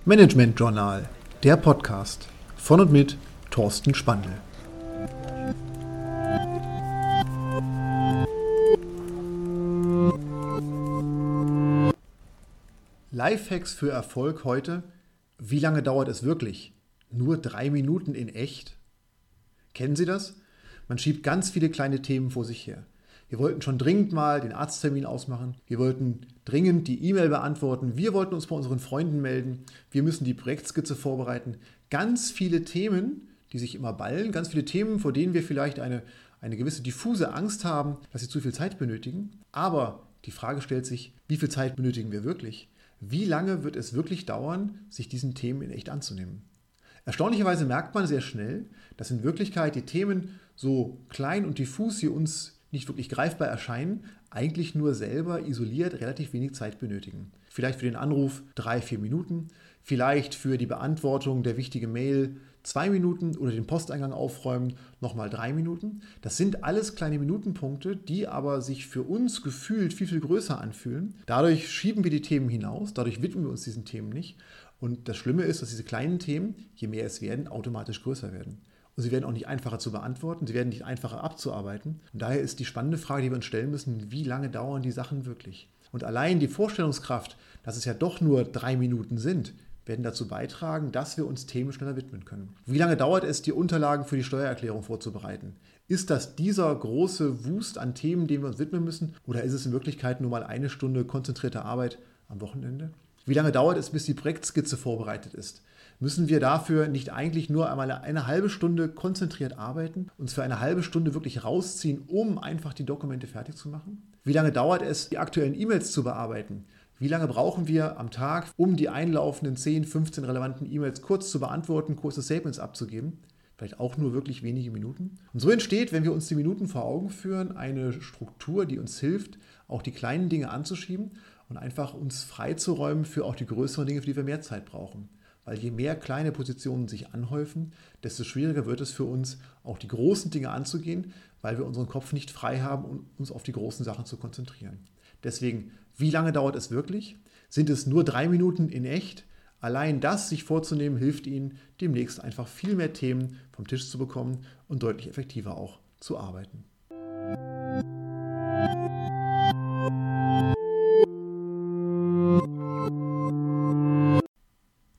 Management Journal, der Podcast von und mit Thorsten Spandl. Lifehacks für Erfolg heute. Wie lange dauert es wirklich? Nur 3 Minuten in echt? Kennen Sie das? Man schiebt ganz viele kleine Themen vor sich her. Wir wollten schon dringend mal den Arzttermin ausmachen. Wir wollten dringend die E-Mail beantworten. Wir wollten uns bei unseren Freunden melden. Wir müssen die Projektskizze vorbereiten. Ganz viele Themen, die sich immer ballen. Ganz viele Themen, vor denen wir vielleicht eine gewisse diffuse Angst haben, dass sie zu viel Zeit benötigen. Aber die Frage stellt sich, wie viel Zeit benötigen wir wirklich? Wie lange wird es wirklich dauern, sich diesen Themen in echt anzunehmen? Erstaunlicherweise merkt man sehr schnell, dass in Wirklichkeit die Themen, so klein und diffus sie uns nicht wirklich greifbar erscheinen, eigentlich nur selber isoliert relativ wenig Zeit benötigen. Vielleicht für den Anruf 3-4 Minuten, vielleicht für die Beantwortung der wichtigen Mail 2 Minuten oder den Posteingang aufräumen nochmal 3 Minuten. Das sind alles kleine Minutenpunkte, die aber sich für uns gefühlt viel, viel größer anfühlen. Dadurch schieben wir die Themen hinaus, dadurch widmen wir uns diesen Themen nicht. Und das Schlimme ist, dass diese kleinen Themen, je mehr es werden, automatisch größer werden. Und sie werden auch nicht einfacher zu beantworten, sie werden nicht einfacher abzuarbeiten. Und daher ist die spannende Frage, die wir uns stellen müssen, wie lange dauern die Sachen wirklich? Und allein die Vorstellungskraft, dass es ja doch nur 3 Minuten sind, werden dazu beitragen, dass wir uns Themen schneller widmen können. Wie lange dauert es, die Unterlagen für die Steuererklärung vorzubereiten? Ist das dieser große Wust an Themen, denen wir uns widmen müssen? Oder ist es in Wirklichkeit nur mal 1 Stunde konzentrierte Arbeit am Wochenende? Wie lange dauert es, bis die Projektskizze vorbereitet ist? Müssen wir dafür nicht eigentlich nur einmal eine halbe Stunde konzentriert arbeiten, uns für eine halbe Stunde wirklich rausziehen, um einfach die Dokumente fertig zu machen? Wie lange dauert es, die aktuellen E-Mails zu bearbeiten? Wie lange brauchen wir am Tag, um die einlaufenden 10, 15 relevanten E-Mails kurz zu beantworten, kurze Statements abzugeben? Vielleicht auch nur wirklich wenige Minuten. Und so entsteht, wenn wir uns die Minuten vor Augen führen, eine Struktur, die uns hilft, auch die kleinen Dinge anzuschieben und einfach uns freizuräumen für auch die größeren Dinge, für die wir mehr Zeit brauchen. Weil je mehr kleine Positionen sich anhäufen, desto schwieriger wird es für uns, auch die großen Dinge anzugehen, weil wir unseren Kopf nicht frei haben, um uns auf die großen Sachen zu konzentrieren. Deswegen, wie lange dauert es wirklich? Sind es nur 3 Minuten in echt? Allein das sich vorzunehmen, hilft Ihnen, demnächst einfach viel mehr Themen vom Tisch zu bekommen und deutlich effektiver auch zu arbeiten.